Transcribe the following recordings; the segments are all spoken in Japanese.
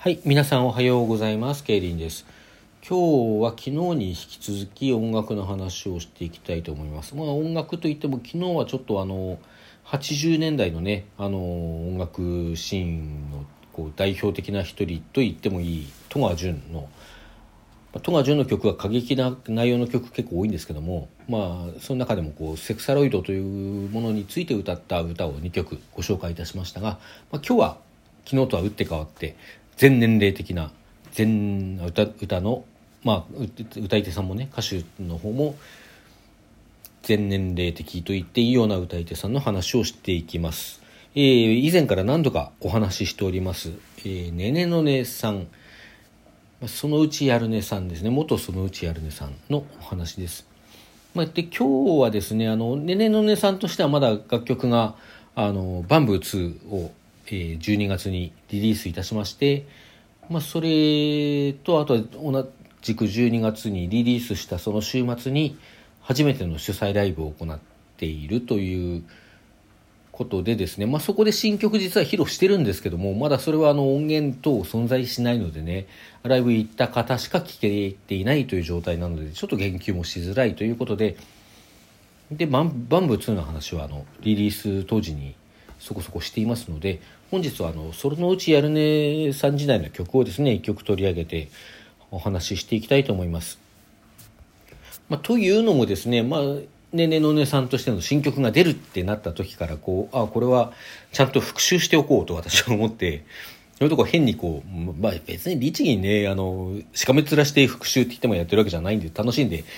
はい、皆さんおはようございます。ケイリンです。今日は昨日に引き続き音楽の話をしていきたいと思います。音楽といっても昨日はちょっと80年代のね、音楽シーンの代表的な一人と言ってもいい戸川純の曲が過激な内容の曲結構多いんですけども、その中でもセクサロイドというものについて歌った歌を2曲ご紹介いたしましたが、今日は昨日とは打って変わって全年齢的な歌の、歌い手さんもね、歌手の方も全年齢的と言っていいような歌い手さんの話をしていきます。以前から何度かお話ししております、ねねのねさん、そのうちやるねさんですね、元そのうちやるねさんのお話です。で今日はですね、ねねのねさんとしてはまだ楽曲がバンブー2を12月にリリースいたしまして、それとあとは同じく12月にリリースしたその週末に初めての主催ライブを行っているということでですね、そこで新曲実は披露してるんですけども、まだそれは音源等存在しないのでね、ライブ行った方しか聴けていないという状態なので、ちょっと言及もしづらいということで、バンブー2の話はリリース当時にそこそこしていますので、本日はそのうちやるねさん時代の曲をですね、1曲取り上げてお話ししていきたいと思います。というのもですね、ねねのねさんとしての新曲が出るってなった時からこれはちゃんと復習しておこうと私は思って、そういうとこ変に別に律儀にね、しかめ面して復習って言ってもやってるわけじゃないんで、楽しんで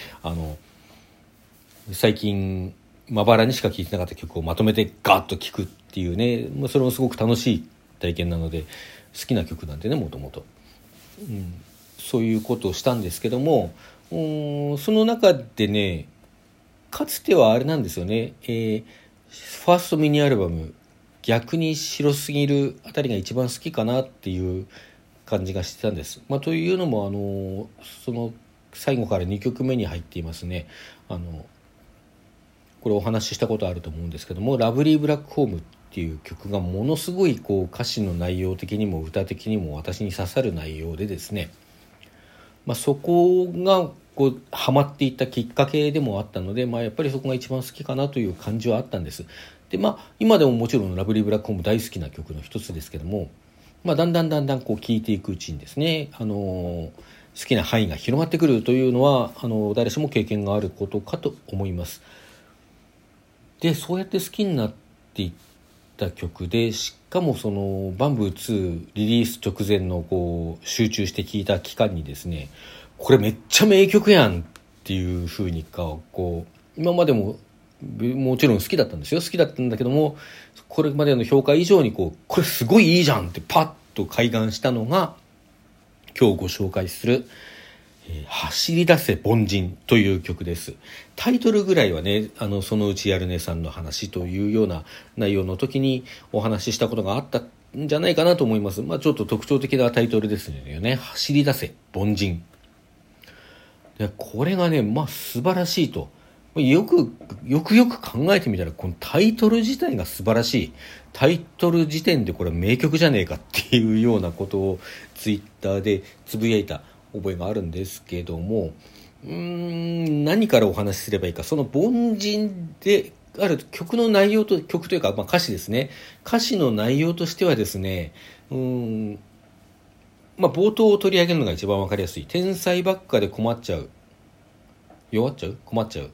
最近まばらにしか聴いてなかった曲をまとめてガッと聴くっていうね、それもすごく楽しい体験なので、好きな曲なんでね、もともとそういうことをしたんですけども、その中でね、かつてはあれなんですよね、ファーストミニアルバム逆に白すぎるあたりが一番好きかなっていう感じがしてたんです。というのもその最後から2曲目に入っていますね、これお話ししたことあると思うんですけども、ラブリーブラックホームっていう曲がものすごい歌詞の内容的にも歌的にも私に刺さる内容でですね、そこがハマっていったきっかけでもあったので、やっぱりそこが一番好きかなという感じはあったんです。で今でももちろんラブリーブラックホーム大好きな曲の一つですけども、だんだん聴いていくうちにですね、好きな範囲が広まってくるというのは誰しも経験があることかと思います。でそうやって好きになっていった曲で、しかもそのバンブー2リリース直前の集中して聴いた期間にですね、これめっちゃ名曲やんっていう風に今までももちろん好きだったんですよ、好きだったんだけども、これまでの評価以上にこれすごいいいじゃんってパッと開眼したのが今日ご紹介する走り出せ凡人という曲です。タイトルぐらいはね、そのうちやるねさんの話というような内容の時にお話ししたことがあったんじゃないかなと思います。ちょっと特徴的なタイトルですよね。走り出せ凡人で、これがね素晴らしいと、よく考えてみたら、このタイトル自体が素晴らしい、タイトル時点でこれは名曲じゃねえかっていうようなことをツイッターでつぶやいた覚えがあるんですけども、何からお話しすればいいか。その凡人である曲の内容と、曲というか歌詞ですね、歌詞の内容としてはですね、冒頭を取り上げるのが一番わかりやすい。天才ばっかで困っちゃう、弱っちゃう、困っちゃう、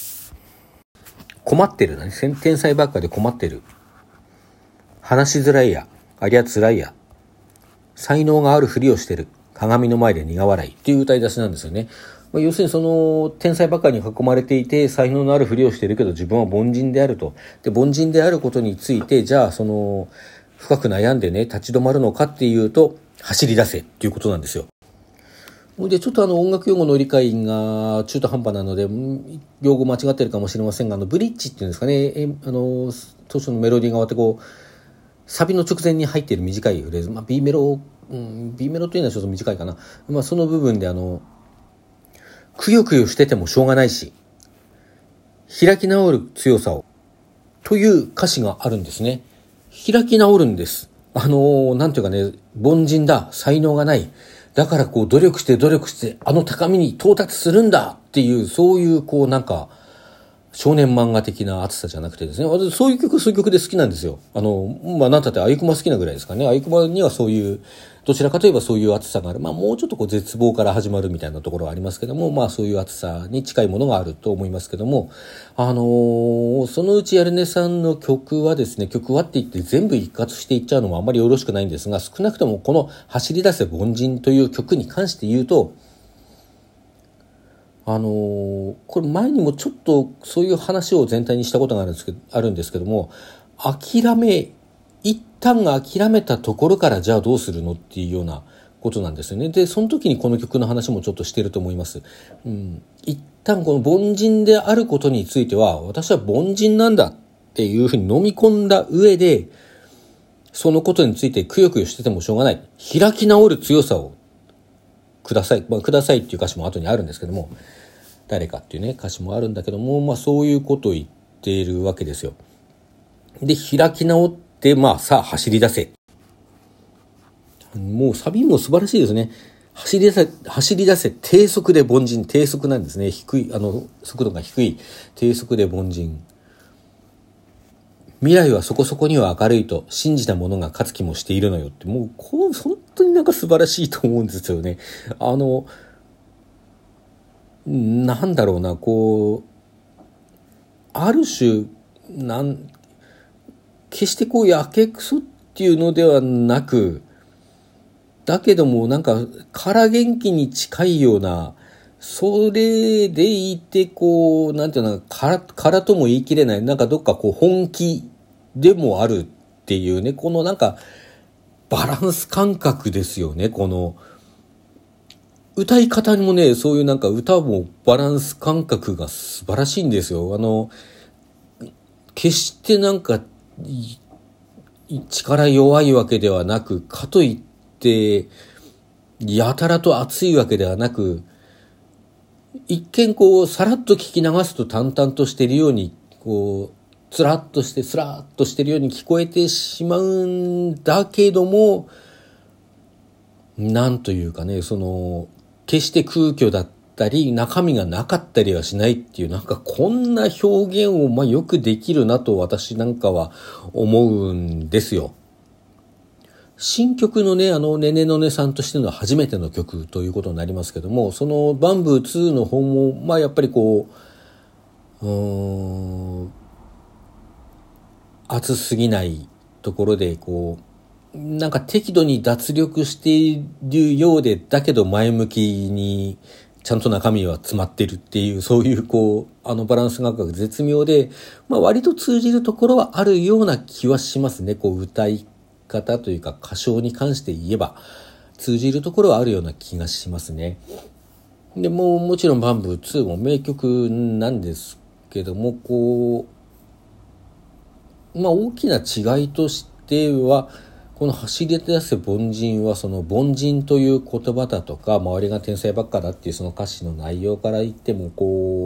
困ってるだね。天才ばっかで困ってる、話しづらいや、ありゃつらいや、才能があるふりをしてる、鏡の前で苦笑いっていう歌い出しなんですよね。要するにその天才ばっかりに囲まれていて、才能のあるふりをしているけど自分は凡人であると。で凡人であることについて、じゃあ深く悩んでね立ち止まるのかっていうと、走り出せっていうことなんですよ。でちょっと音楽用語の理解が中途半端なので用語間違ってるかもしれませんが、ブリッジっていうんですかね、当初のメロディーが終わってサビの直前に入っている短いフレーズ、B メロというのはちょっと短いかな。その部分でくよくよしててもしょうがないし、開き直る強さをという歌詞があるんですね。開き直るんです。 なんていうかね、凡人だ、才能がない。だからこう努力して高みに到達するんだっていう、そういうこうなんか、少年漫画的な熱さじゃなくてですね、私そういう曲で好きなんですよ。なんたってあゆくま好きなぐらいですかね。あゆくまにはそういう、どちらかといえばそういう熱さがある。もうちょっとこう絶望から始まるみたいなところはありますけども、そういう熱さに近いものがあると思いますけども、そのうちやるねさんの曲はですね、曲はって言って全部一括していっちゃうのもあんまりよろしくないんですが、少なくともこの走り出せ凡人という曲に関して言うと、これ前にもちょっとそういう話を全体にしたことがあるんですけども、一旦諦めたところからじゃあどうするのっていうようなことなんですよね。で、その時にこの曲の話もちょっとしてると思います。一旦この凡人であることについては、私は凡人なんだっていうふうに飲み込んだ上で、そのことについてくよくよしててもしょうがない。開き直る強さをください。くださいっていう歌詞も後にあるんですけども、誰かっていうね歌詞もあるんだけども、そういうことを言っているわけですよ。で、開き直って、さあ走り出せ。もうサビも素晴らしいですね。走り出せ、低速で凡人。低速なんですね。速度が低い低速で凡人。未来はそこそこには明るいと信じた者が勝つ気もしているのよって、もう本当になんか素晴らしいと思うんですよね。なんだろうな、こう、ある種、決してこう、やけくそっていうのではなく、だけどもなんか、空元気に近いような、それでいて、こう、なんていうの、からとも言い切れない、なんかどっかこう、本気でもあるっていうね、このなんか、バランス感覚ですよね、この、歌い方にもね、そういうなんか歌もバランス感覚が素晴らしいんですよ。決してなんか力弱いわけではなく、かといってやたらと熱いわけではなく、一見こうさらっと聞き流すと淡々としているように、こうスラッとしているように聞こえてしまうんだけども、なんというかね、決して空虚だったり中身がなかったりはしないっていう、なんかこんな表現をよくできるなと私なんかは思うんですよ。新曲のね、ねねのねさんとしての初めての曲ということになりますけども、そのバンブー2の方もやっぱりこう熱すぎないところでこうなんか適度に脱力しているようで、だけど前向きにちゃんと中身は詰まってるっていう、そういうバランス感覚が絶妙で、割と通じるところはあるような気はしますね。歌い方というか歌唱に関して言えば通じるところはあるような気がしますね。でもちろんバンブー2も名曲なんですけども、大きな違いとしては、この走り出せ凡人は、その凡人という言葉だとか、周りが天才ばっかだっていうその歌詞の内容から言っても、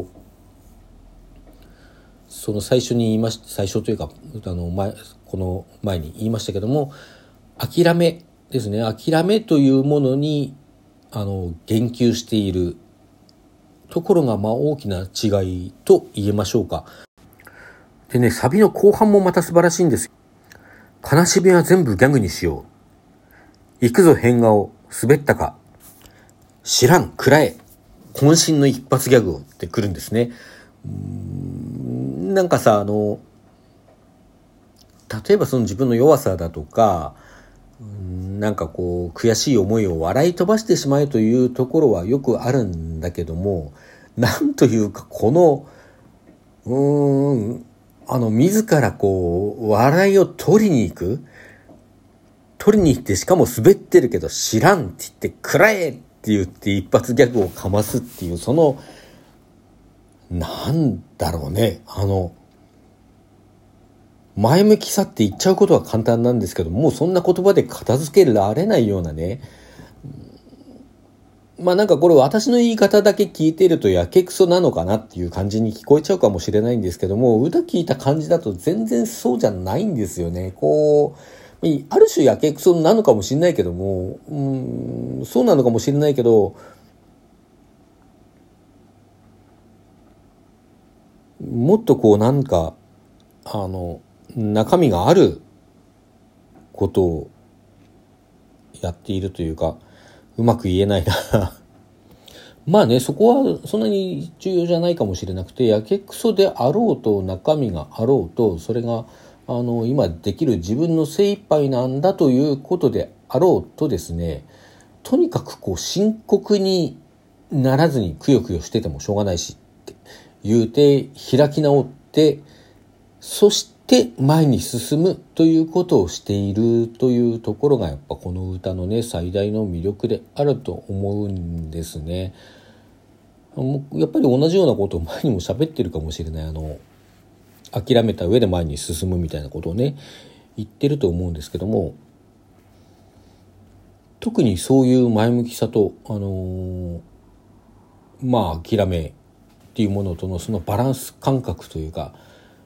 その最初というか、この前に言いましたけども、諦めですね。諦めというものに、言及しているところが、大きな違いと言えましょうか。でね、サビの後半もまた素晴らしいんですよ。悲しみは全部ギャグにしよう。行くぞ変顔、滑ったか。知らん、くらえ。渾身の一発ギャグをってくるんですね。なんかさ、例えばその自分の弱さだとか、なんか悔しい思いを笑い飛ばしてしまえというところはよくあるんだけども、なんというか自ら笑いを取りに行って、しかも滑ってるけど知らんって言ってくらえって言って一発ギャグをかますっていう、なんだろうね、前向きさって言っちゃうことは簡単なんですけども、そんな言葉で片付けられないようなね、なんかこれ私の言い方だけ聞いてるとやけくそなのかなっていう感じに聞こえちゃうかもしれないんですけども、歌聞いた感じだと全然そうじゃないんですよね。 ある種やけくそなのかもしれないけども、そうなのかもしれないけど、もっとこうなんか中身があることをやっているというか、うまく言えないなまあね、そこはそんなに重要じゃないかもしれなくて、やけくそであろうと中身があろうと、それが今できる自分の精一杯なんだということであろうとですね、とにかくこう深刻にならずにくよくよしててもしょうがないしって言うて開き直って、そして前に進むということをしているというところがやっぱこの歌のね最大の魅力であると思うんですね。やっぱり同じようなことを前にも喋ってるかもしれない、諦めた上で前に進むみたいなことをね言ってると思うんですけども、特にそういう前向きさと諦めっていうものとのそのバランス感覚というか、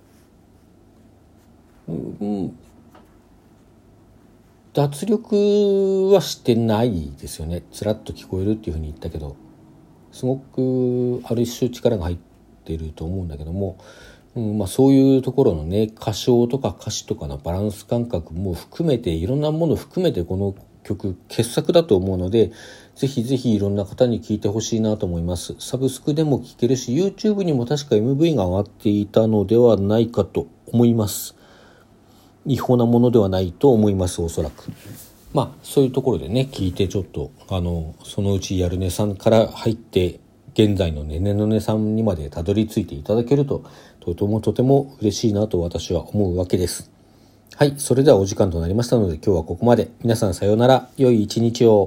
脱力はしてないですよね。つらっと聞こえるっていうふうに言ったけど、すごくある種力が入っていると思うんだけども、そういうところのね歌唱とか歌詞とかのバランス感覚も含めて、いろんなものを含めてこの曲傑作だと思うので、ぜひぜひいろんな方に聴いてほしいなと思います。サブスクでも聴けるし、 YouTube にも確か MV が上がっていたのではないかと思います。違法なものではないと思います、おそらく。そういうところでね聞いて、ちょっとそのうちやるねさんから入って現在のねねのねさんにまでたどり着いていただけるととても嬉しいなと私は思うわけです。はい、それではお時間となりましたので今日はここまで。皆さんさようなら、良い一日を。